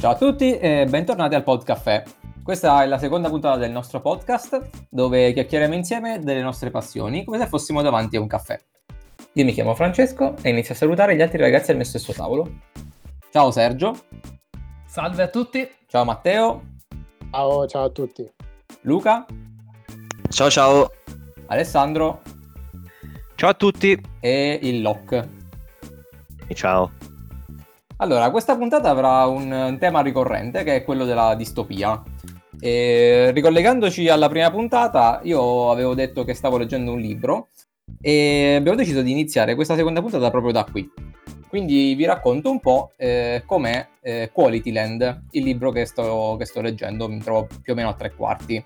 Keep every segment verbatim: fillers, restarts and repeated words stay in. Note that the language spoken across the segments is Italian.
Ciao a tutti e bentornati al Podcaffè. Questa è la seconda puntata del nostro podcast dove chiacchieriamo insieme delle nostre passioni come se fossimo davanti a un caffè. Io mi chiamo Francesco e inizio a salutare gli altri ragazzi al mio stesso tavolo. Ciao Sergio. Salve a tutti. Ciao Matteo. Ciao, ciao a tutti. Luca. Ciao ciao. Alessandro. Ciao a tutti. E il Loc. E ciao. Allora, questa puntata avrà un, un tema ricorrente che è quello della distopia. E, ricollegandoci alla prima puntata, io avevo detto che stavo leggendo un libro e abbiamo deciso di iniziare questa seconda puntata proprio da qui. Quindi vi racconto un po' eh, com'è eh, Qualityland, il libro che sto, che sto leggendo, mi trovo più o meno a tre quarti.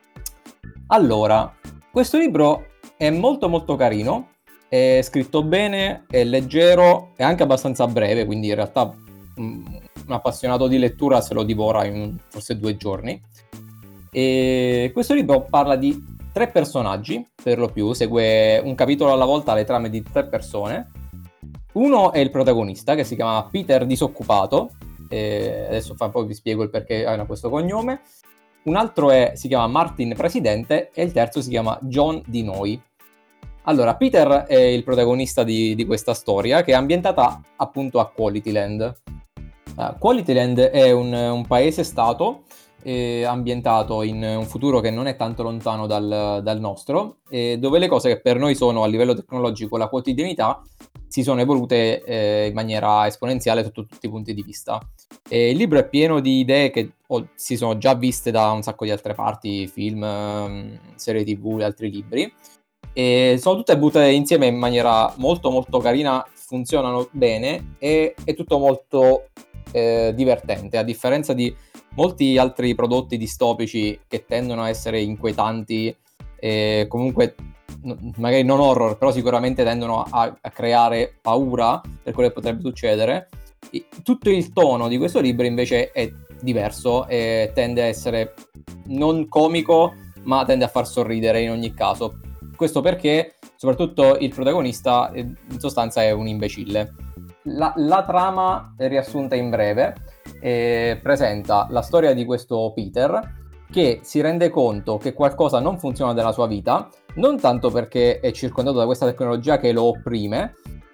Allora, questo libro è molto molto carino. È scritto bene, è leggero, è anche abbastanza breve, quindi in realtà um, un appassionato di lettura se lo divora in forse due giorni. E questo libro parla di tre personaggi, per lo più, segue un capitolo alla volta le trame di tre persone. Uno è il protagonista, che si chiama Peter Disoccupato, e adesso fra un po' vi spiego il perché ha questo cognome. Un altro è, si chiama Martin Presidente e il terzo si chiama John Di Noi. Allora, Peter è il protagonista di, di questa storia, che è ambientata appunto a Qualityland. Uh, Qualityland è un, un paese-stato eh, ambientato in un futuro che non è tanto lontano dal, dal nostro, eh, dove le cose che per noi sono a livello tecnologico la quotidianità si sono evolute eh, in maniera esponenziale sotto tutti i punti di vista. E il libro è pieno di idee che oh, si sono già viste da un sacco di altre parti, film, serie tv e altri libri. E sono tutte buttate insieme in maniera molto molto carina, funzionano bene e è tutto molto eh, divertente, a differenza di molti altri prodotti distopici che tendono a essere inquietanti e comunque magari non horror, però sicuramente tendono a, a creare paura per quello che potrebbe succedere. E tutto il tono di questo libro invece è diverso e tende a essere non comico, ma tende a far sorridere in ogni caso. Questo perché soprattutto il protagonista in sostanza è un imbecille. La, la trama riassunta in breve eh, presenta la storia di questo Peter che si rende conto che qualcosa non funziona nella sua vita, non tanto perché è circondato da questa tecnologia che lo opprime,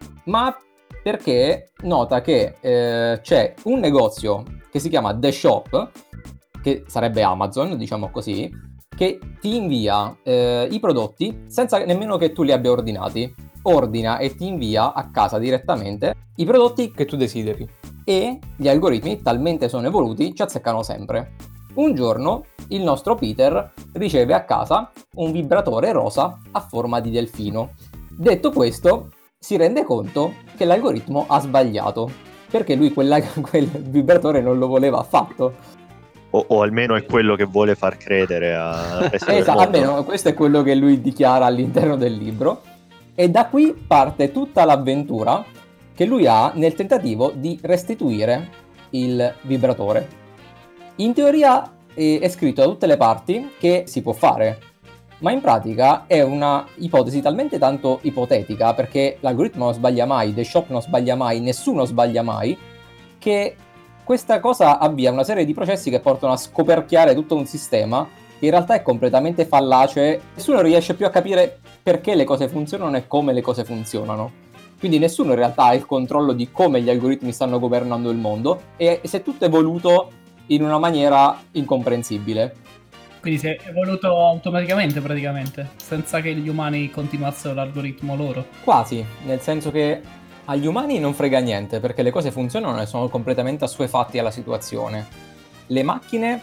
ma perché nota che eh, c'è un negozio che si chiama The Shop, che sarebbe Amazon, diciamo così, che ti invia eh, i prodotti senza nemmeno che tu li abbia ordinati. Ordina e ti invia a casa direttamente i prodotti che tu desideri. E gli algoritmi, talmente sono evoluti, ci azzeccano sempre. Un giorno il nostro Peter riceve a casa un vibratore rosa a forma di delfino. Detto questo, si rende conto che l'algoritmo ha sbagliato, perché lui quella, quel vibratore non lo voleva affatto. O, o almeno è quello che vuole far credere a esatto, almeno questo è quello che lui dichiara all'interno del libro. E da qui parte tutta l'avventura che lui ha nel tentativo di restituire il vibratore. In teoria è, è scritto da tutte le parti che si può fare, ma in pratica è una ipotesi talmente tanto ipotetica, perché l'algoritmo non sbaglia mai, The Shop non sbaglia mai, nessuno sbaglia mai, che questa cosa avvia una serie di processi che portano a scoperchiare tutto un sistema che in realtà è completamente fallace. Nessuno riesce più a capire perché le cose funzionano e come le cose funzionano. Quindi nessuno in realtà ha il controllo di come gli algoritmi stanno governando il mondo e si è tutto evoluto in una maniera incomprensibile. Quindi si è evoluto automaticamente praticamente, senza che gli umani continuassero l'algoritmo loro? Quasi, nel senso che agli umani non frega niente, perché le cose funzionano e sono completamente assuefatti alla situazione. Le macchine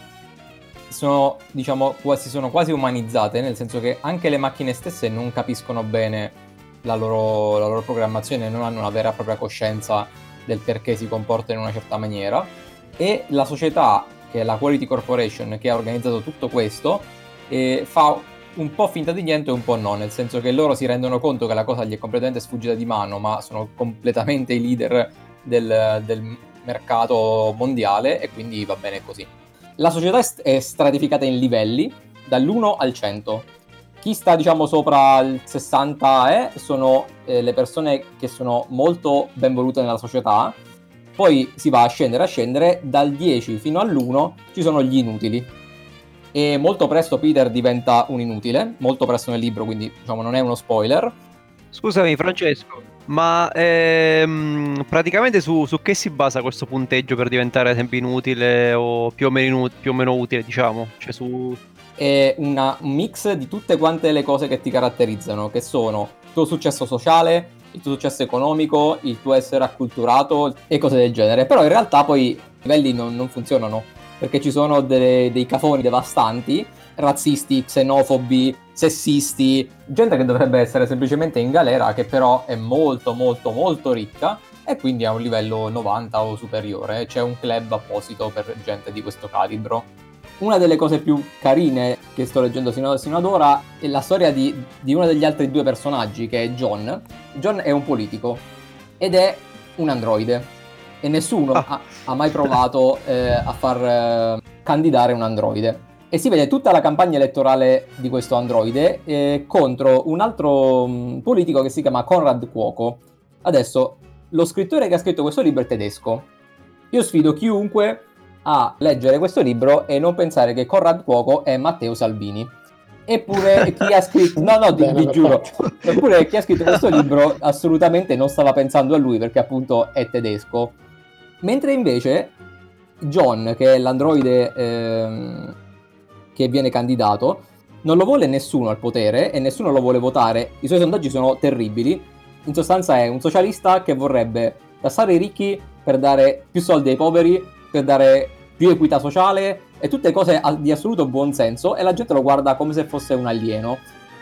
sono, diciamo, quasi, sono quasi umanizzate, nel senso che anche le macchine stesse non capiscono bene la loro, la loro programmazione, non hanno una vera e propria coscienza del perché si comportano in una certa maniera. E la società, che è la Quality Corporation, che ha organizzato tutto questo, eh, fa un po' finta di niente e un po' no, nel senso che loro si rendono conto che la cosa gli è completamente sfuggita di mano, ma sono completamente i leader del, del mercato mondiale e quindi va bene così. La società è stratificata in livelli dall'uno al cento. Chi sta, diciamo, sopra il sessanta eh, sono eh, le persone che sono molto ben volute nella società, Poi si va a scendere a scendere, dal dieci fino all'uno ci sono gli inutili. E molto presto Peter diventa un inutile, molto presto nel libro, quindi diciamo non è uno spoiler. Scusami Francesco, ma ehm, praticamente su, su che si basa questo punteggio per diventare sempre inutile o più o meno, inu- più o meno utile, diciamo? Cioè su... È una, un mix di tutte quante le cose che ti caratterizzano, che sono il tuo successo sociale, il tuo successo economico, il tuo essere acculturato e cose del genere. Però in realtà poi i livelli non, non funzionano, perché ci sono delle, dei cafoni devastanti, razzisti, xenofobi, sessisti, gente che dovrebbe essere semplicemente in galera, che però è molto molto molto ricca e quindi ha un livello novanta o superiore. C'è un club apposito per gente di questo calibro. Una delle cose più carine che sto leggendo sino, sino ad ora è la storia di, di uno degli altri due personaggi, che è John. John è un politico ed è un androide e nessuno Ah. ha, ha mai provato eh, a far eh, candidare un androide. E si vede tutta la campagna elettorale di questo androide eh, contro un altro mh, politico che si chiama Konrad Cuoco. Adesso, lo scrittore che ha scritto questo libro è tedesco. Io sfido chiunque a leggere questo libro e non pensare che Konrad Cuoco è Matteo Salvini. Eppure chi ha scritto... No, no, ti, Bene, vi giuro. perfetto. Eppure chi ha scritto questo libro assolutamente non stava pensando a lui, perché appunto è tedesco. Mentre invece John, che è l'androide ehm, che viene candidato, non lo vuole nessuno al potere e nessuno lo vuole votare. I suoi sondaggi sono terribili. In sostanza è un socialista che vorrebbe tassare i ricchi per dare più soldi ai poveri, per dare più equità sociale e tutte cose a- di assoluto buonsenso, e la gente lo guarda come se fosse un alieno.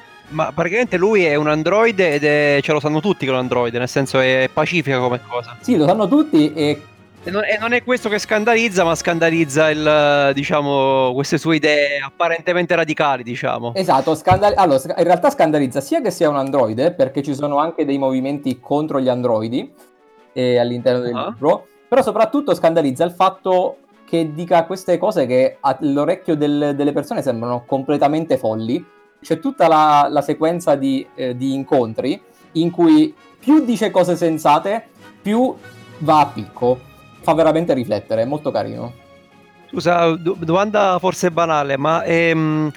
Ma praticamente lui è un androide ed è... ce lo sanno tutti che è un androide, nel senso è pacifica come cosa. Sì, lo sanno tutti e E non, e non è questo che scandalizza, ma scandalizza il, diciamo, queste sue idee apparentemente radicali, diciamo. esatto, scandal- allora, sc- in realtà scandalizza sia che sia un androide, perché ci sono anche dei movimenti contro gli androidi eh, all'interno del Ah. libro, però soprattutto scandalizza il fatto che dica queste cose che all'orecchio del- delle persone sembrano completamente folli. C'è tutta la, la sequenza di, eh, di incontri in cui più dice cose sensate, più va a picco. Fa veramente riflettere, è molto carino. Scusa, do- domanda forse banale, ma ehm,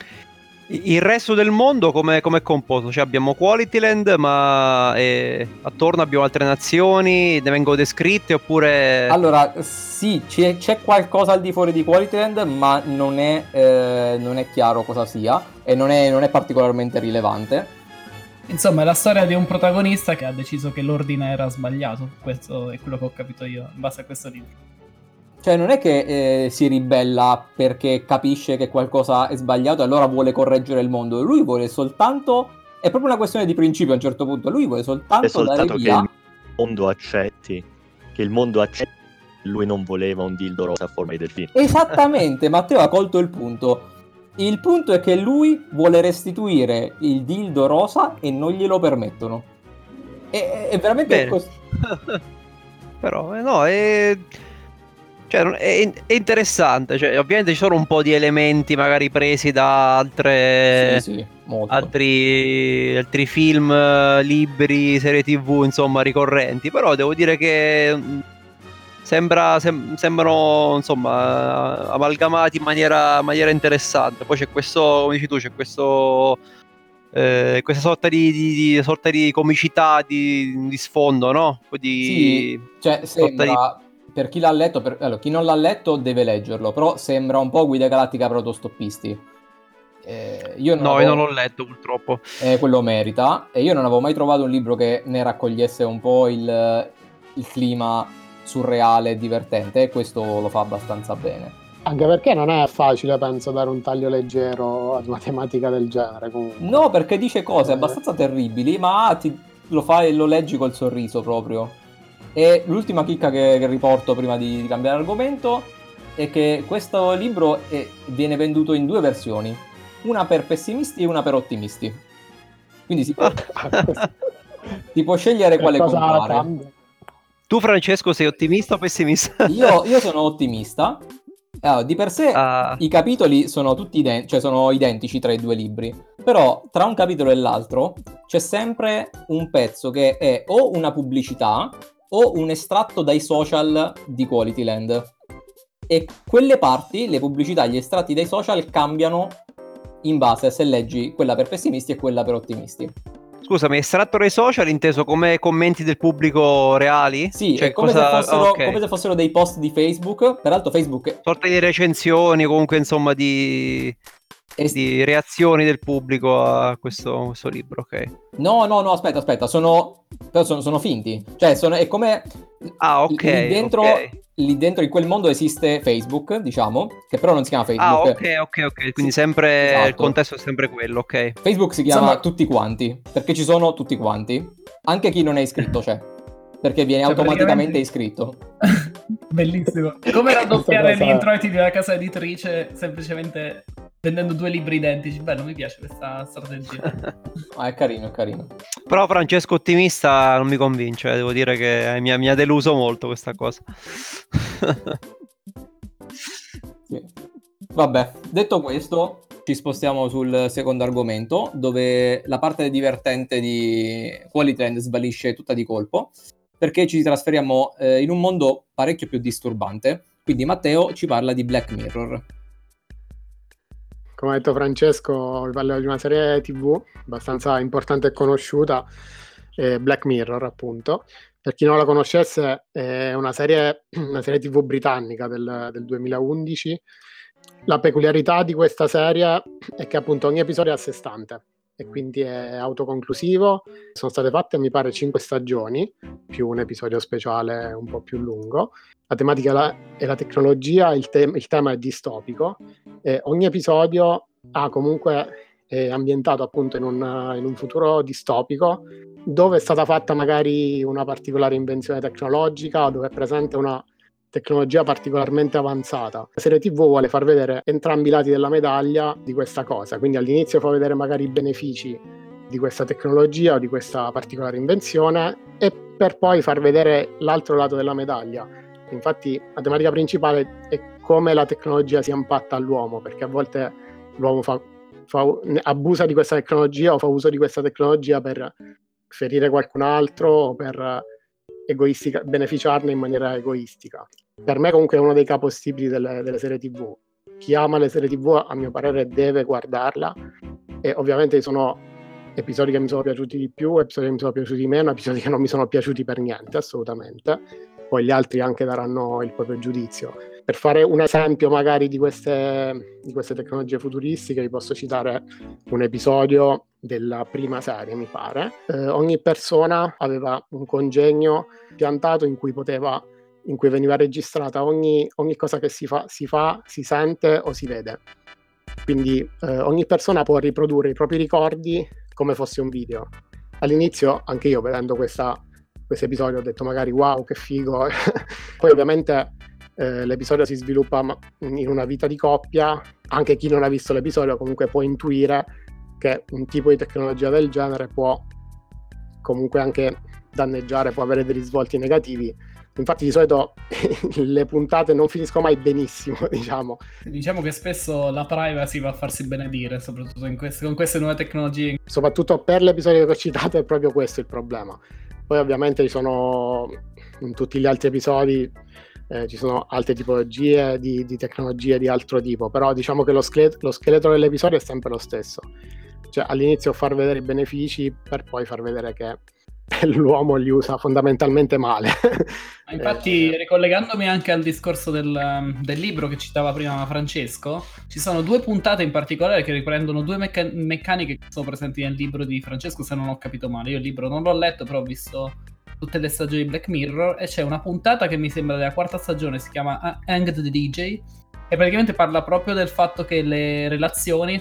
il resto del mondo come è composto? Cioè abbiamo Qualityland, ma eh, attorno abbiamo altre nazioni, ne vengono descritte oppure... Allora, sì, c'è, c'è qualcosa al di fuori di Qualityland, ma non è, eh, non è chiaro cosa sia e non è, non è particolarmente rilevante. Insomma, è la storia di un protagonista che ha deciso che l'ordine era sbagliato. Questo è quello che ho capito io in base a questo libro. Cioè, non è che eh, si ribella perché capisce che qualcosa è sbagliato e allora vuole correggere il mondo. Lui vuole soltanto... È proprio una questione di principio a un certo punto. Lui vuole soltanto, È soltanto dare che via... il mondo accetti, che il mondo accetti che lui non voleva un dildo rosa a forma di delfino. Esattamente, Matteo ha colto il punto. Il punto è che lui vuole restituire il dildo rosa e non glielo permettono. È, è veramente Bene. così. Però, eh, no, è... Cioè, non- è, è interessante, cioè, ovviamente ci sono un po' di elementi magari presi da altre... Sì, sì, molto. Altri, altri film, eh, libri, serie tv, insomma, ricorrenti. Però devo dire che mh, sembra, sem- sembrano, insomma, amalgamati in maniera, maniera interessante. Poi c'è questo, come dici tu, c'è questo, eh, questa sorta di, di- di- sorta di comicità, di, di sfondo, no? Poi di, Sì, cioè sorta di- sembra, per chi l'ha letto, per- allora, chi non l'ha letto deve leggerlo, però sembra un po' Guida Galattica per autostoppisti. Eh, io non No, io avevo- non l'ho letto purtroppo. eh, quello merita, e io non avevo mai trovato un libro che ne raccogliesse un po' il, il clima surreale e divertente, e questo lo fa abbastanza bene. Anche perché non è facile, penso, dare un taglio leggero ad una tematica del genere. Comunque. No, perché dice cose Eh. abbastanza terribili, ma ti- lo fai e lo leggi col sorriso proprio. E l'ultima chicca che, che riporto prima di, di cambiare argomento è che questo libro è- viene venduto in due versioni, una per pessimisti e una per ottimisti. Quindi si può, si può scegliere quale Cosa comprare. cambia? Tu, Francesco, sei ottimista o pessimista? Io, io sono ottimista. Allora, di per sé Ah. i capitoli sono tutti ident- cioè sono identici tra i due libri, però tra un capitolo e l'altro c'è sempre un pezzo che è o una pubblicità o un estratto dai social di Qualityland. E quelle parti, le pubblicità, gli estratti dai social cambiano in base a se leggi quella per pessimisti e quella per ottimisti. Scusami, estratto dai social inteso come commenti del pubblico reali? Sì, cioè, è come, cosa... se fossero, okay. come se fossero dei post di Facebook. Peraltro Facebook è... sorta di recensioni, comunque insomma di... è... di reazioni del pubblico a questo, questo libro, ok? No, no, no, aspetta, aspetta, sono... però sono, sono finti. Cioè, sono... è come... Ah, ok, lì dentro, ok. lì dentro in quel mondo esiste Facebook, diciamo, che però non si chiama Facebook. Ah, ok, ok, ok, quindi Sì, sempre esatto. il contesto è sempre quello, ok. Facebook si chiama Insomma... tutti quanti, perché ci sono tutti quanti. Anche chi non è iscritto c'è, perché viene cioè, automaticamente praticamente... iscritto. Bellissimo. Come raddoppiare cosa... gli introiti di una casa editrice semplicemente vendendo due libri identici. Bello, mi piace questa strategia. Ah, è carino, è carino. Però Francesco ottimista non mi convince, devo dire che mi ha, mi ha deluso molto questa cosa. Sì. Vabbè, detto questo, ci spostiamo sul secondo argomento, dove la parte divertente di Qualityland svanisce tutta di colpo, perché ci trasferiamo eh, in un mondo parecchio più disturbante. Quindi Matteo ci parla di Black Mirror. Come ha detto Francesco, vi parlo di una serie tivù abbastanza importante e conosciuta, eh, Black Mirror appunto. Per chi non la conoscesse, è una serie, una serie tivù britannica del, del duemilaundici. La peculiarità di questa serie è che appunto ogni episodio è a sé stante e quindi è autoconclusivo. Sono state fatte, mi pare, cinque stagioni, più un episodio speciale un po' più lungo. La tematica è la, è la tecnologia, il, te- il tema è distopico. E ogni episodio ha comunque è ambientato appunto in un, in un futuro distopico, dove è stata fatta magari una particolare invenzione tecnologica o dove è presente una tecnologia particolarmente avanzata. La serie tivù vuole far vedere entrambi i lati della medaglia di questa cosa, quindi all'inizio fa vedere magari i benefici di questa tecnologia o di questa particolare invenzione e per poi far vedere l'altro lato della medaglia. Infatti la tematica principale è come la tecnologia si impatta all'uomo, perché a volte l'uomo fa, fa, abusa di questa tecnologia o fa uso di questa tecnologia per ferire qualcun altro o per egoistica, beneficiarne in maniera egoistica. Per me comunque è uno dei capostipiti delle, delle serie tivù. Chi ama le serie tivù a mio parere deve guardarla, e ovviamente ci sono episodi che mi sono piaciuti di più, episodi che mi sono piaciuti di meno, episodi che non mi sono piaciuti per niente, assolutamente. Poi gli altri anche daranno il proprio giudizio. Per fare un esempio magari di queste, di queste tecnologie futuristiche, vi posso citare un episodio della prima serie, mi pare. Eh, ogni persona aveva un congegno piantato in cui poteva, in cui veniva registrata ogni, ogni cosa che si fa, si fa, si sente o si vede. Quindi eh, ogni persona può riprodurre i propri ricordi come fosse un video. All'inizio, anche io vedendo questa questo episodio ho detto magari wow che figo. Poi ovviamente eh, l'episodio si sviluppa in una vita di coppia, anche chi non ha visto l'episodio comunque può intuire che un tipo di tecnologia del genere può comunque anche danneggiare, può avere dei risvolti negativi. Infatti di solito le puntate non finiscono mai benissimo, diciamo. Diciamo che spesso la privacy va a farsi benedire, soprattutto in queste, con queste nuove tecnologie. Soprattutto per l'episodio che ho citato è proprio questo il problema. Poi ovviamente ci sono, in tutti gli altri episodi, eh, ci sono altre tipologie di, di tecnologie di altro tipo, però diciamo che lo scheletro, lo scheletro dell'episodio è sempre lo stesso. Cioè all'inizio far vedere i benefici per poi far vedere che l'uomo li usa fondamentalmente male. Infatti, ricollegandomi anche al discorso del, del libro che citava prima Francesco, ci sono due puntate in particolare che riprendono due mecca- meccaniche che sono presenti nel libro di Francesco, se non ho capito male. Io il libro non l'ho letto, però ho visto tutte le stagioni di Black Mirror, e c'è una puntata che mi sembra della quarta stagione, si chiama Hang the D J, e praticamente parla proprio del fatto che le relazioni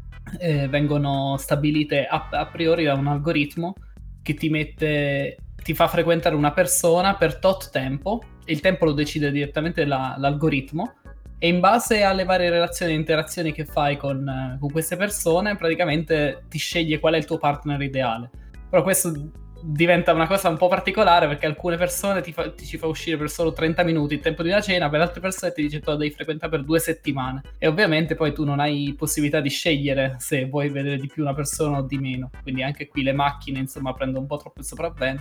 eh, vengono stabilite a, a priori da un algoritmo che ti mette, ti fa frequentare una persona per tot tempo, e il tempo lo decide direttamente la, l'algoritmo, e in base alle varie relazioni e interazioni che fai con, con queste persone praticamente ti sceglie qual è il tuo partner ideale. Però questo diventa una cosa un po' particolare, perché alcune persone ti, fa, ti ci fa uscire per solo trenta minuti, il tempo di una cena, per altre persone ti dice tu lo devi frequentare per due settimane, e ovviamente poi tu non hai possibilità di scegliere se vuoi vedere di più una persona o di meno, quindi anche qui le macchine insomma prendono un po' troppo il sopravvento,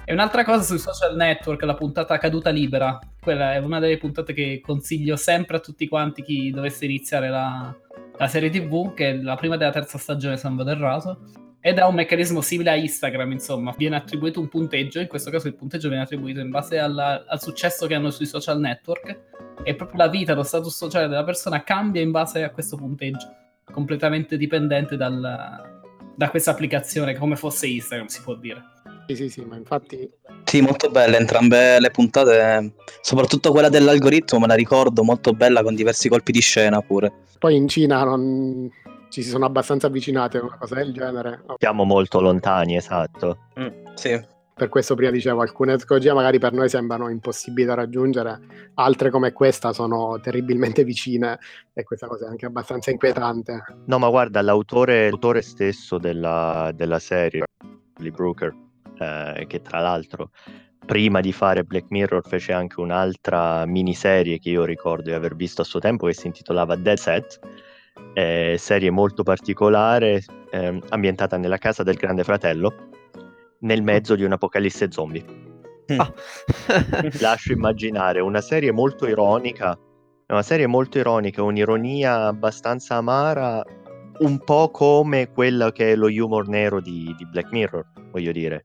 E un'altra cosa sui social network, la puntata Caduta Libera, quella è una delle puntate che consiglio sempre a tutti quanti chi dovesse iniziare la, la serie tivù, che è la prima della terza stagione se non vado errato, ed ha un meccanismo simile a Instagram, insomma, viene attribuito un punteggio, in questo caso il punteggio viene attribuito in base alla, al successo che hanno sui social network, e proprio la vita, lo status sociale della persona cambia in base a questo punteggio, completamente dipendente dal, da questa applicazione, come fosse Instagram, si può dire. Sì, sì, sì, ma infatti... Sì, molto belle entrambe le puntate, soprattutto quella dell'algoritmo, me la ricordo, molto bella, con diversi colpi di scena pure. Poi in Cina non... ci si sono abbastanza avvicinate a una cosa del genere. Siamo molto lontani, esatto. Mm, sì. Per questo prima dicevo, alcune tecnologie magari per noi sembrano impossibili da raggiungere, altre come questa sono terribilmente vicine, e questa cosa è anche abbastanza inquietante. No, ma guarda, l'autore, l'autore stesso della, della serie, Lee Brooker, eh, che tra l'altro prima di fare Black Mirror fece anche un'altra miniserie che io ricordo di aver visto a suo tempo, che si intitolava Dead Set, eh, serie molto particolare, eh, ambientata nella casa del Grande Fratello, nel mezzo di un'apocalisse zombie. Ah. Lascio immaginare una serie molto ironica, una serie molto ironica, un'ironia abbastanza amara, un po' come quella che è lo humor nero di, di Black Mirror, voglio dire.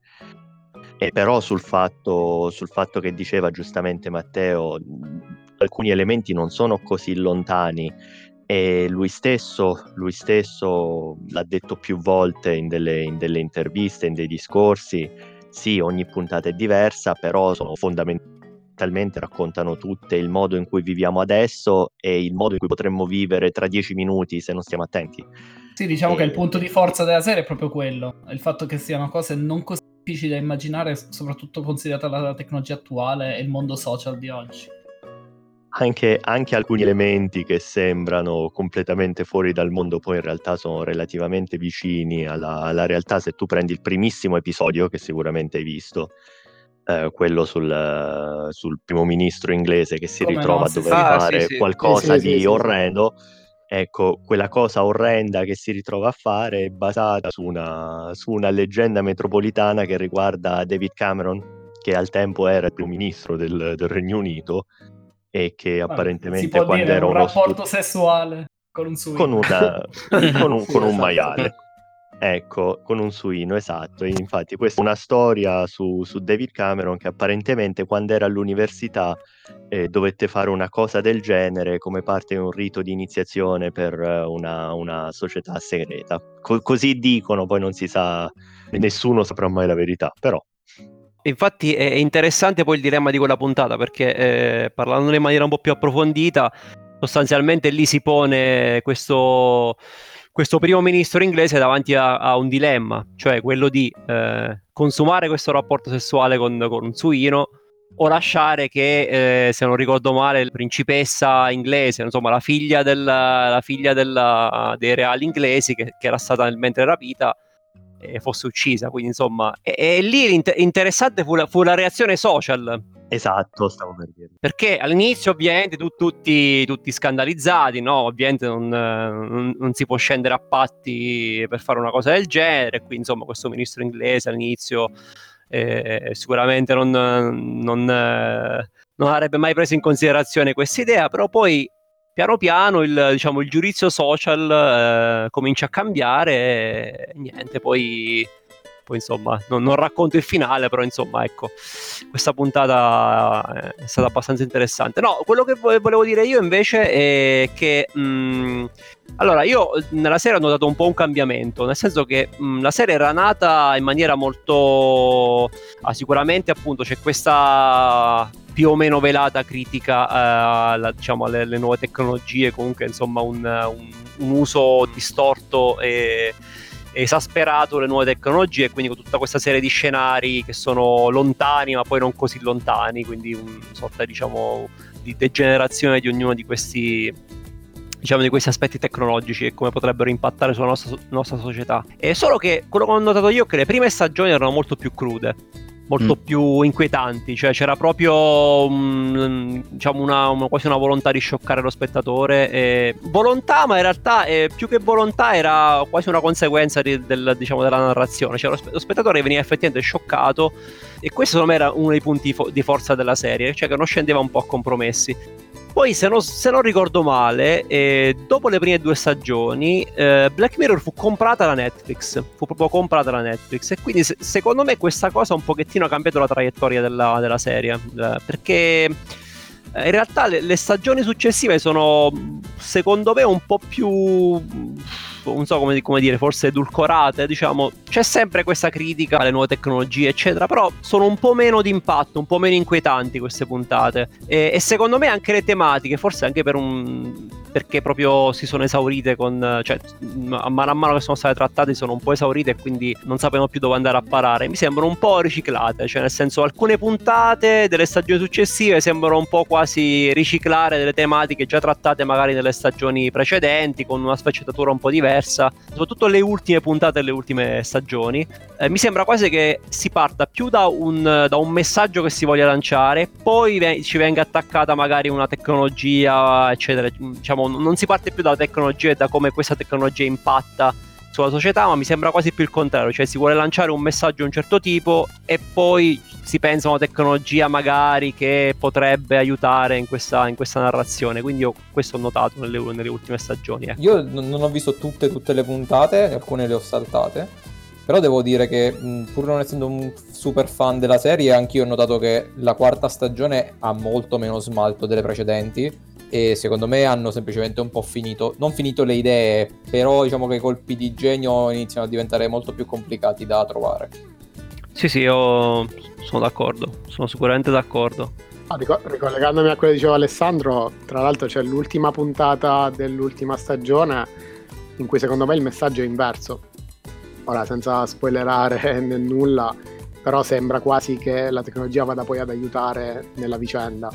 E però sul fatto, sul fatto che diceva giustamente Matteo, alcuni elementi non sono così lontani, e lui stesso, lui stesso l'ha detto più volte in delle, in delle interviste, in dei discorsi. Sì, ogni puntata è diversa, però sono fondamentalmente, raccontano tutte il modo in cui viviamo adesso e il modo in cui potremmo vivere tra dieci minuti se non stiamo attenti. Sì, diciamo e... che il punto di forza della serie è proprio quello, il fatto che siano cose non così difficili da immaginare, soprattutto considerata la tecnologia attuale e il mondo social di oggi. Anche, anche alcuni elementi che sembrano completamente fuori dal mondo poi in realtà sono relativamente vicini alla, alla realtà. Se tu prendi il primissimo episodio, che sicuramente hai visto, eh, quello sul, sul primo ministro inglese che si Come ritrova no, a sì, dover sì. Ah, fare sì, sì. qualcosa Sì, sì, di sì, sì, orrendo, ecco, quella cosa orrenda che si ritrova a fare è basata su una, su una leggenda metropolitana che riguarda David Cameron, che al tempo era il primo ministro del, del Regno Unito, e che Vabbè, apparentemente si può quando dire era un uno rapporto stu- sessuale con un suino. con, una, con un, Sì, con un esatto. maiale, ecco, con un suino, esatto. E infatti questa è una storia su, su David Cameron, che apparentemente quando era all'università eh, dovette fare una cosa del genere come parte di un rito di iniziazione per eh, una, una società segreta. Co- così dicono, poi non si sa, nessuno saprà mai la verità, però Infatti è interessante poi il dilemma di quella puntata, perché eh, parlandone in maniera un po' più approfondita, sostanzialmente lì si pone questo, questo primo ministro inglese davanti a, a un dilemma, cioè quello di eh, consumare questo rapporto sessuale con, con un suino, o lasciare che, eh, se non ricordo male, la principessa inglese, insomma la figlia, del, la figlia della, dei reali inglesi, che, che era stata mentre rapita, fosse uccisa. Quindi insomma, e, e lì l'inter- interessante fu la, fu la reazione social, esatto, stavo per dire. perché all'inizio ovviamente tu, tutti, tutti scandalizzati, no? Ovviamente non, non, non si può scendere a patti per fare una cosa del genere. Qui insomma questo ministro inglese all'inizio eh, sicuramente non, non, eh, non avrebbe mai preso in considerazione questa idea, però poi piano piano il, diciamo, il giudizio social eh, comincia a cambiare e niente, poi, poi insomma non, non racconto il finale, però insomma ecco, questa puntata è stata abbastanza interessante. No, quello che volevo dire io invece è che mh, allora io nella serie ho notato un po' un cambiamento, nel senso che mh, la serie era nata in maniera molto ah, sicuramente appunto c'è questa più o meno velata critica eh, alla, diciamo, alle, alle nuove tecnologie, comunque insomma un, un, un uso distorto e esasperato delle nuove tecnologie, quindi con tutta questa serie di scenari che sono lontani ma poi non così lontani, quindi una sorta diciamo di degenerazione di ognuno di questi diciamo di questi aspetti tecnologici e come potrebbero impattare sulla nostra, nostra società. E solo che quello che ho notato io è che le prime stagioni erano molto più crude. molto Mm. più inquietanti, cioè c'era proprio um, diciamo una, una- quasi una volontà di scioccare lo spettatore, e volontà, ma in realtà eh, più che volontà era quasi una conseguenza di- del- diciamo, della narrazione, cioè lo, spe- lo spettatore veniva effettivamente scioccato, e questo secondo me era uno dei punti fo- di forza della serie, cioè che non scendeva un po' a compromessi. Poi, se non, se non ricordo male, eh, dopo le prime due stagioni, eh, Black Mirror fu comprata da Netflix. Fu proprio comprata da Netflix. E quindi, se- secondo me, questa cosa un pochettino ha cambiato la traiettoria della, della serie. Eh, perché eh, in realtà le, le stagioni successive sono, secondo me, un po' più. Non so come, come dire, forse edulcorate, diciamo. C'è sempre questa critica alle nuove tecnologie, eccetera, però sono un po' meno d'impatto, un po' meno inquietanti queste puntate. E, e secondo me anche le tematiche, forse anche per un perché proprio si sono esaurite con, cioè a mano a mano che sono state trattate sono un po' esaurite e quindi non sapevano più dove andare a parare. Mi sembrano un po' riciclate, cioè nel senso, alcune puntate delle stagioni successive sembrano un po' quasi riciclare delle tematiche già trattate magari nelle stagioni precedenti, con una sfaccettatura un po' diversa, soprattutto le ultime puntate e le ultime stagioni. Eh, mi sembra quasi che si parta più da un, da un messaggio che si voglia lanciare, poi ve- ci venga attaccata magari una tecnologia, eccetera. Diciamo, non si parte più dalla tecnologia e da come questa tecnologia impatta sulla società, ma mi sembra quasi più il contrario, cioè si vuole lanciare un messaggio di un certo tipo e poi si pensa a una tecnologia magari che potrebbe aiutare in questa, in questa narrazione. Quindi io questo ho notato nelle, nelle ultime stagioni, ecco. Io non non ho visto tutte tutte le puntate, alcune le ho saltate, però devo dire che mh, pur non essendo un super fan della serie, anch'io ho notato che la quarta stagione ha molto meno smalto delle precedenti, e secondo me hanno semplicemente un po' finito, non finito le idee, però diciamo che i colpi di genio iniziano a diventare molto più complicati da trovare. Sì, sì, io sono d'accordo, sono sicuramente d'accordo. Ah, rico- ricollegandomi a quello che diceva Alessandro, tra l'altro c'è l'ultima puntata dell'ultima stagione in cui secondo me il messaggio è inverso. Ora, senza spoilerare né nulla, però sembra quasi che la tecnologia vada poi ad aiutare nella vicenda,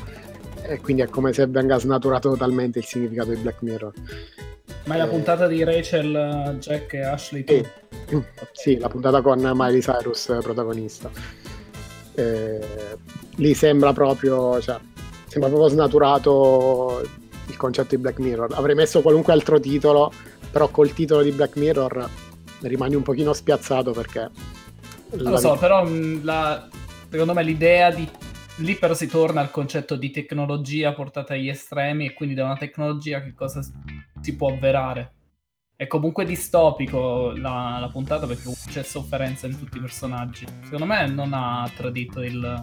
e quindi è come se venga snaturato totalmente il significato di Black Mirror. Ma è la Eh, puntata di Rachel, Jack e Ashley? Sì, tu? sì, la puntata con Miley Cyrus eh, protagonista. Eh, lì sembra proprio, cioè, sembra proprio snaturato il concetto di Black Mirror. Avrei messo qualunque altro titolo, però col titolo di Black Mirror rimani un pochino spiazzato, perché Non lo so, però mh, la- secondo me l'idea di... Lì però si torna al concetto di tecnologia portata agli estremi, e quindi da una tecnologia che cosa s- si può avverare. È comunque distopico la, la puntata, perché comunque c'è sofferenza in tutti i personaggi. Secondo me non ha tradito il,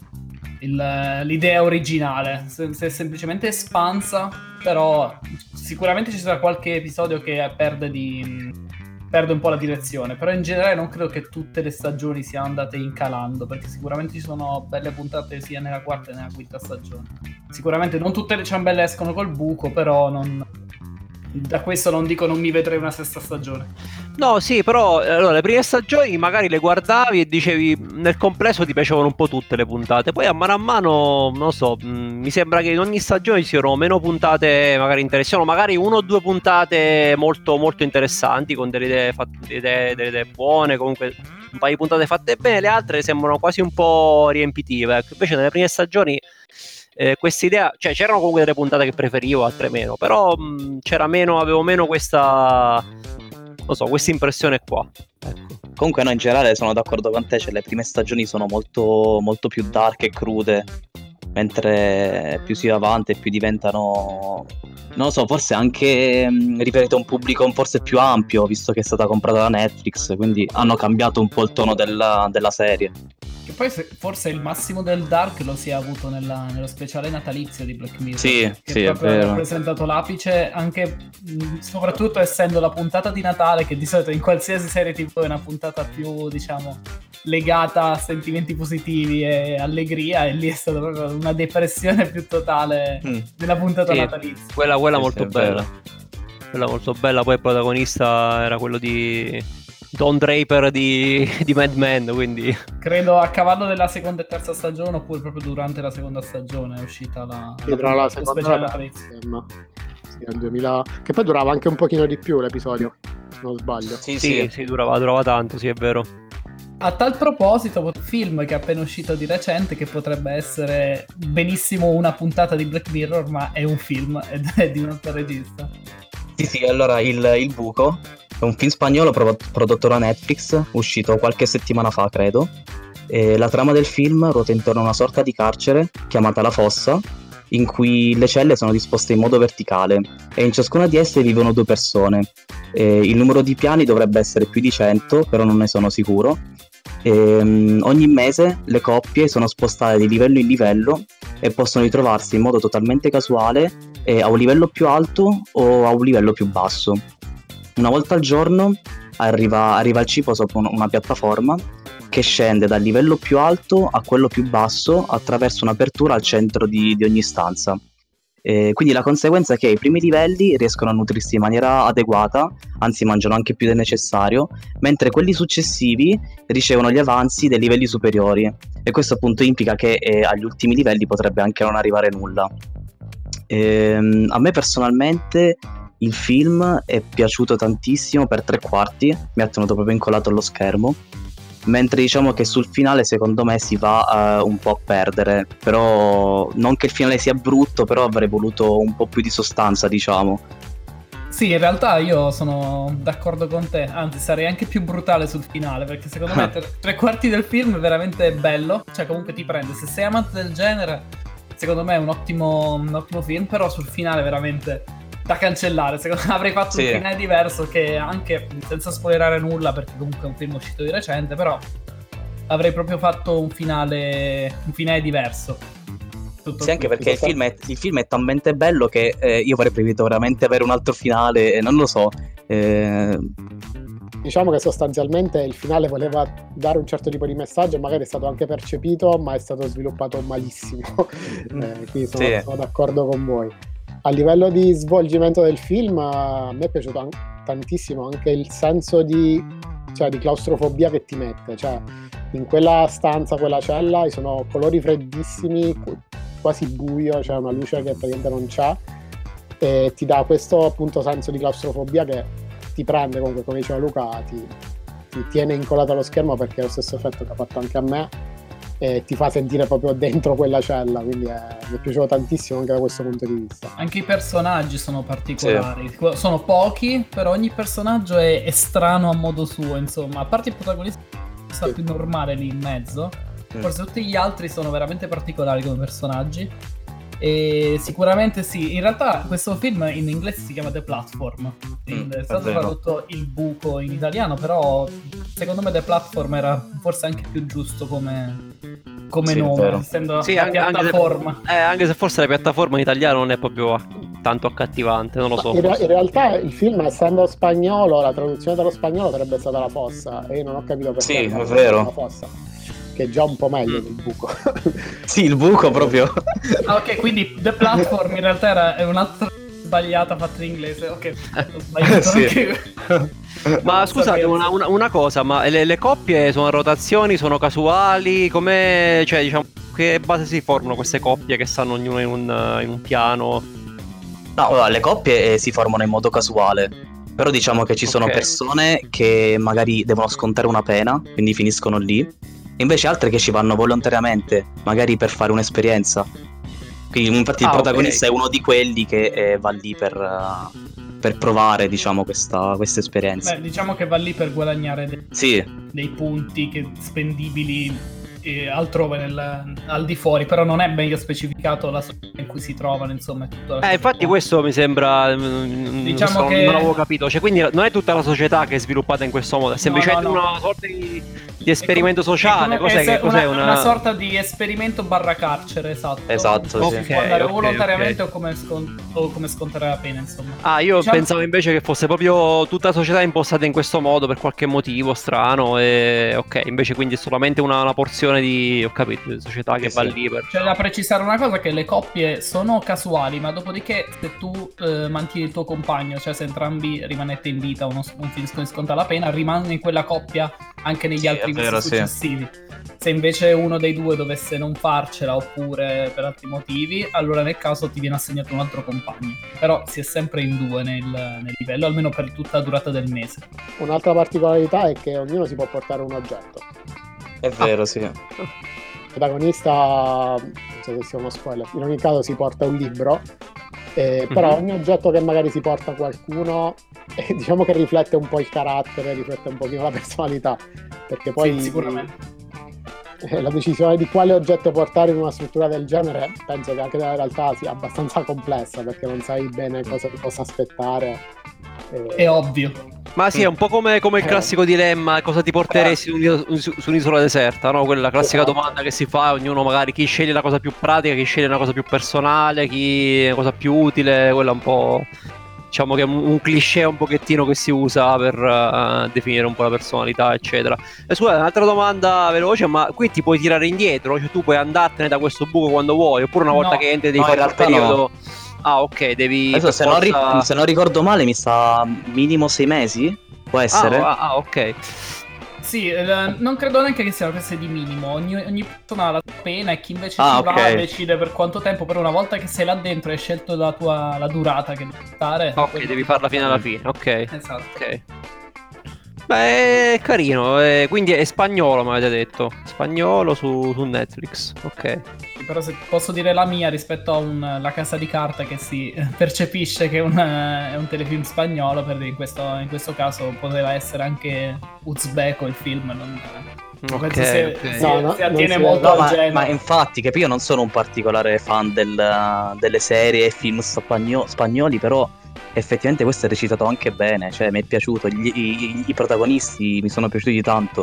il- l'idea originale, si si è semplicemente espansa, però sicuramente ci sarà qualche episodio che perde di... perde un po' la direzione, però in generale non credo che tutte le stagioni siano andate incalando, perché sicuramente ci sono belle puntate sia nella quarta che nella quinta stagione. Sicuramente non tutte le ciambelle escono col buco, però non... da questo non dico non mi vedrei una sesta stagione. No, sì, però eh, allora, le prime stagioni magari le guardavi e dicevi, nel complesso ti piacevano un po' tutte le puntate, poi a mano a mano, non so, mh, mi sembra che in ogni stagione ci siano meno puntate magari interessanti, magari uno o due puntate molto molto interessanti, con delle idee, fatte, delle idee, delle idee buone, comunque un paio di puntate fatte bene, le altre sembrano quasi un po' riempitive, ecco. Invece nelle prime stagioni eh, questa idea, cioè c'erano comunque delle puntate che preferivo, altre meno, però mh, c'era meno, avevo meno questa, non so, questa impressione qua, ecco. Comunque no, in generale sono d'accordo con te, cioè le prime stagioni sono molto, molto più dark e crude, mentre più si va avanti e più diventano, non lo so, forse anche mh, riferite a un pubblico forse più ampio, visto che è stata comprata da Netflix, quindi hanno cambiato un po' il tono della, della serie. Che poi se- forse il massimo del dark lo si è avuto nella- nello speciale natalizio di Black Mirror. Sì, che sì, è proprio ha vero. rappresentato l'apice, anche mh, soprattutto essendo la puntata di Natale, che di solito in qualsiasi serie tivù è una puntata più, diciamo, legata a sentimenti positivi e allegria, e lì è stata proprio una depressione più totale Mm. della puntata Sì, natalizia. quella, quella Sì, molto sì, è bella, vero. quella molto bella, poi il protagonista era quello di Don Draper di, di Mad Men, quindi Credo a cavallo della seconda e terza stagione, oppure proprio durante la seconda stagione è uscita la, Sì, tra la lo seconda e speciale la natalizio. terza, sì, nel duemila, che poi durava anche un pochino di più l'episodio, se non sbaglio. Sì, sì, sì. sì, durava, durava tanto, sì, è vero. A tal proposito, un film che è appena uscito di recente, che potrebbe essere benissimo una puntata di Black Mirror, ma è un film ed è di un altro regista. Sì, sì, allora il, il Buco è un film spagnolo pro- prodotto da Netflix, uscito qualche settimana fa, credo. E la trama del film ruota intorno a una sorta di carcere chiamata La Fossa, in cui le celle sono disposte in modo verticale e in ciascuna di esse vivono due persone. E il numero di piani dovrebbe essere più di cento, però non ne sono sicuro. E, um, ogni mese le coppie sono spostate di livello in livello e possono ritrovarsi in modo totalmente casuale eh, a un livello più alto o a un livello più basso. Una volta al giorno arriva, arriva il cibo sopra un- una piattaforma che scende dal livello più alto a quello più basso attraverso un'apertura al centro di, di ogni stanza. Eh, quindi la conseguenza è che i primi livelli riescono a nutrirsi in maniera adeguata, anzi mangiano anche più del necessario, mentre quelli successivi ricevono gli avanzi dei livelli superiori, e questo appunto implica che eh, agli ultimi livelli potrebbe anche non arrivare nulla. Ehm, a me personalmente il film è piaciuto tantissimo per tre quarti, mi ha tenuto proprio incollato allo schermo, mentre diciamo che sul finale secondo me si va eh, un po' a perdere, però non che il finale sia brutto, però avrei voluto un po' più di sostanza, diciamo. Sì, in realtà io sono d'accordo con te, anzi sarei anche più brutale sul finale, perché secondo me tre, tre quarti del film è veramente bello, cioè comunque ti prende, se sei amante del genere, secondo me è un ottimo, un ottimo film, però sul finale veramente da cancellare, secondo me avrei fatto Sì. un finale diverso, che anche senza spoilerare nulla, perché comunque è un film uscito di recente, però avrei proprio fatto un finale, un finale diverso. Tutto Sì, anche qui. perché il film è, il film è talmente bello che eh, io avrei preferito veramente avere un altro finale, e non lo so. eh, Diciamo che sostanzialmente il finale voleva dare un certo tipo di messaggio, magari è stato anche percepito, ma è stato sviluppato malissimo. eh, quindi sono, Sì. sono d'accordo con voi. A livello di svolgimento del film, a me è piaciuto an- tantissimo anche il senso di, cioè, di claustrofobia che ti mette. Cioè, in quella stanza, quella cella, ci sono colori freddissimi, qu- quasi buio, cioè una luce che praticamente non c'è, e ti dà questo appunto senso di claustrofobia che ti prende, comunque, come diceva Luca, ti, ti tiene incollato allo schermo, perché è lo stesso effetto che ha fatto anche a me, e ti fa sentire proprio dentro quella cella, quindi è, mi è piaciuto tantissimo anche da questo punto di vista. Anche i personaggi sono particolari, sono pochi, però ogni personaggio è, è strano a modo suo, insomma, a parte il protagonista Sì. più normale lì in mezzo, Mm. forse tutti gli altri sono veramente particolari come personaggi. E sicuramente sì, in realtà questo film in inglese si chiama The Platform, Mm, è è stato vero. tradotto Il Buco in italiano, però secondo me The Platform era forse anche più giusto come, come Sì, è nome, vero. essendo Sì, la anche, anche se, piattaforma. eh, anche se forse la piattaforma in italiano non è proprio tanto accattivante, non lo so. In, re- forse. in realtà il film, essendo spagnolo, la traduzione dallo spagnolo sarebbe stata La Fossa, e io non ho capito perché Sì, hanno è fatto vero. La Fossa, che è già un po' meglio Mm. del buco. Sì, il buco proprio. Ah, ok, quindi The Platform in realtà era è un'altra sbagliata fatta in inglese. Ok, ho sbagliato Sì. anche. Ma Non scusate, sapevo. una, una- una cosa, ma le, le coppie sono a rotazioni, sono casuali? Come, cioè, diciamo, che base si formano queste coppie che stanno ognuno in un, in un piano? No, allora, le coppie eh, si formano in modo casuale, però diciamo che ci sono Ok. persone che magari devono scontare una pena, quindi finiscono lì, e invece altre che ci vanno volontariamente, magari per fare un'esperienza. Quindi infatti il Ah, protagonista ok. è uno di quelli che eh, va lì per, eh, per provare, diciamo, questa, questa esperienza. Beh, diciamo che va lì per guadagnare de- Sì, dei punti che spendibili eh, altrove nel- al di fuori, però non è meglio specificato la società in cui si trovano, insomma, è tutta la Eh, infatti società. questo mi sembra, mm, Diciamo questo che- non l'avevo capito, cioè quindi non è tutta la società che è sviluppata in questo modo, è semplicemente no, no. una sorta di, di esperimento È come- sociale, è come- cos'è, è che, se- cos'è una, una... una sorta di esperimento barra carcere, esatto. Esatto, In cui sì. si può andare Ok, ok, volontariamente ok. o come, scon- o come scontare la pena, insomma. Ah, io Diciamo- pensavo invece che fosse proprio tutta la società impostata in questo modo per qualche motivo strano e ok, invece quindi è solamente una, una porzione di, ho capito, di società che Sì, va sì. lì per... C'è da precisare una cosa, che le coppie sono casuali, ma dopodiché se tu eh, mantieni il tuo compagno, cioè se entrambi rimanete in vita o non, non finiscono di scontare la pena, rimane in quella coppia anche negli Sì, altri è vero, vizi sì. successivi. Se invece uno dei due dovesse non farcela oppure per altri motivi, allora nel caso ti viene assegnato un altro compagno. Però si è sempre in due nel, nel livello, almeno per tutta la durata del mese. Un'altra particolarità è che ognuno si può portare un oggetto. È vero, sì. Il protagonista, non so se sia uno spoiler, in ogni caso si porta un libro, eh, però Mhm. ogni oggetto che magari si porta qualcuno, eh, diciamo che riflette un po' il carattere, riflette un pochino la personalità, perché poi Sì, sicuramente. eh, la decisione di quale oggetto portare in una struttura del genere penso che anche nella realtà sia abbastanza complessa, perché non sai bene cosa ti possa aspettare. eh, È ovvio. Ma sì, è un po' come, come il Eh. classico dilemma, cosa ti porteresti su, un'iso- su- su un'isola deserta, no? Quella classica Esatto. domanda che si fa, ognuno magari chi sceglie la cosa più pratica, chi sceglie una cosa più personale, chi la cosa più utile, quella un po', diciamo che è un, un cliché un pochettino che si usa per eh, definire un po' la personalità, eccetera. E scusa, un'altra domanda veloce, ma qui ti puoi tirare indietro, cioè tu puoi andartene da questo buco quando vuoi, oppure una volta No. che entri devi No, in fare un realtà no. periodo... Ah, ok, devi... Adesso, per se, non ri- forza- se non ricordo male, mi sa minimo sei mesi? Può essere? Ah, ah, ok. Sì, eh, non credo neanche che sia una questione di minimo. Ogni, ogni persona ha la sua pena e chi invece Ah, ci va ok. decide per quanto tempo. Però una volta che sei là dentro e hai scelto la tua la durata che devi stare. Ok, quello devi ti farla fa fino alla fare. fine, ok. Esatto. Ok. Beh, è carino, eh, quindi è spagnolo, mi avete detto. Spagnolo su, su Netflix, ok. Sì, però se posso dire la mia rispetto a un, La Casa di Carta che si percepisce che è un, è un telefilm spagnolo, per dire in questo, in questo caso poteva essere anche uzbeko il film, non, non Ok, penso sia- ok. si, No, no, si attiene non si- molto No, al ma, genere. ma infatti, che io non sono un particolare fan del- delle serie e film spagno- spagnoli, però effettivamente questo è recitato anche bene, cioè mi è piaciuto, gli- i, i protagonisti mi sono piaciuti tanto.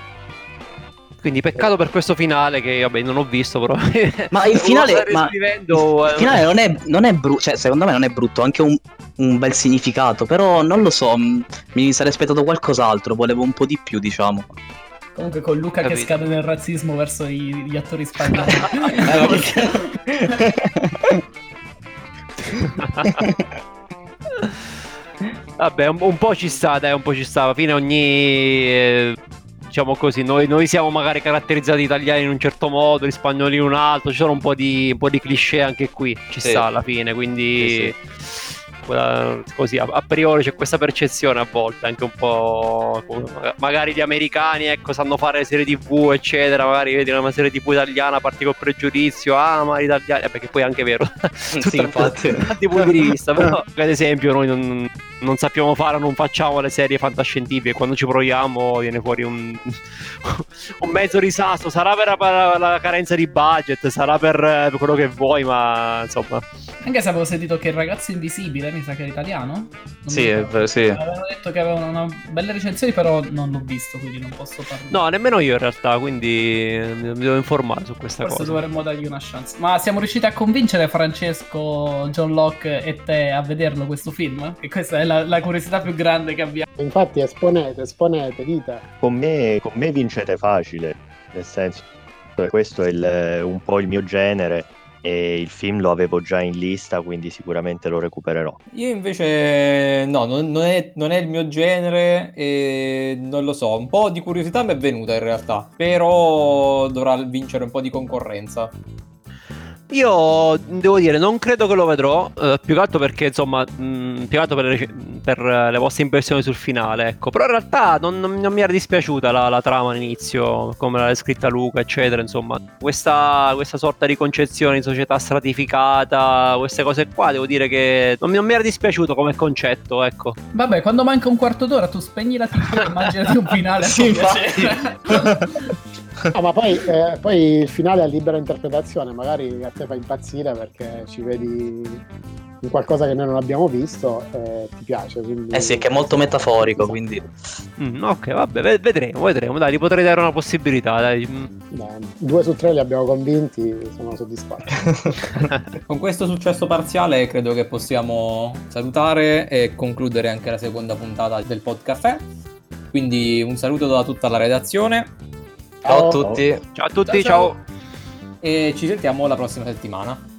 Quindi peccato per questo finale che vabbè non ho visto però. Ma il Lo finale, sto ma riscrivendo, il eh, finale non è, non è brutto, cioè secondo me non è brutto, ha anche un, un bel significato, però non lo so, mh, mi sarei aspettato qualcos'altro, volevo un po' di più, diciamo. Comunque con Luca che Capito. scade nel razzismo verso i- gli attori spagnoli. Eh, ma perché- Vabbè, un, un po' ci sta, dai, un po' ci sta. Alla fine ogni eh, diciamo così, noi, noi siamo magari caratterizzati italiani in un certo modo, gli spagnoli in un altro, ci sono un po' di, un po' di cliché anche qui, ci Sì. sta alla fine, quindi Sì, quella- così a, a priori c'è questa percezione a volte, anche un po' come- magari gli americani, ecco, sanno fare serie tv, eccetera, magari vedi una serie tv italiana, parti col pregiudizio, ah, ma gli italiani, eh, perché poi è anche vero, Sì, Tutto- infatti. da tanti punti di vista, però ad esempio noi non, non sappiamo fare, non facciamo le serie fantascientifiche, quando ci proviamo viene fuori un, un mezzo disastro, sarà per la, la carenza di budget, sarà per, per quello che vuoi, ma insomma. Anche se avevo sentito che Il ragazzo invisibile, mi sa che era italiano. Non mi Sì, è ricordo. vero, sì. Avevano detto che avevano una belle recensioni, però non l'ho visto, quindi non posso parlare. No, nemmeno io in realtà, quindi mi mi devo informare su questa Forse cosa. dovremmo dargli una chance. Ma siamo riusciti a convincere Francesco, John Locke e te a vederlo questo film? Che questa è la, la curiosità più grande che abbiamo. Infatti esponete, esponete, dite. Con me, con me vincete facile, nel senso che questo è il- un po' il mio genere e il film lo avevo già in lista, quindi sicuramente lo recupererò. Io invece no, non, non è, non è il mio genere e non lo so, un po' di curiosità mi è venuta in realtà, però dovrà vincere un po' di concorrenza. Io devo dire, non credo che lo vedrò, eh, più che altro perché, insomma, mh, più che altro per, le- per eh, le vostre impressioni sul finale, ecco. Però in realtà non, non- non mi era dispiaciuta la, la trama all'inizio, come l'ha scritta Luca, eccetera, insomma. Questa, questa sorta di concezione di società stratificata, queste cose qua, devo dire che non, mi- non mi era dispiaciuto come concetto, ecco. Vabbè, quando manca un quarto d'ora tu spegni la tivù e immaginati un finale a Sì, tuo piacere. Ah, ma poi, eh, poi il finale è libera interpretazione, magari a te fa impazzire perché ci vedi in qualcosa che noi non abbiamo visto e ti piace. Quindi... Eh sì, è che è molto metaforico, quindi... Mm, ok, vabbè, ve- vedremo, vedremo, dai, gli potrei dare una possibilità, dai. Mm. Beh, due su tre li abbiamo convinti, sono soddisfatto. Con questo successo parziale credo che possiamo salutare e concludere anche la seconda puntata del Podcaffè. Quindi un saluto da tutta la redazione Ciao a tutti. Ciao a tutti, Ciao, ciao. ciao. e ci sentiamo la prossima settimana.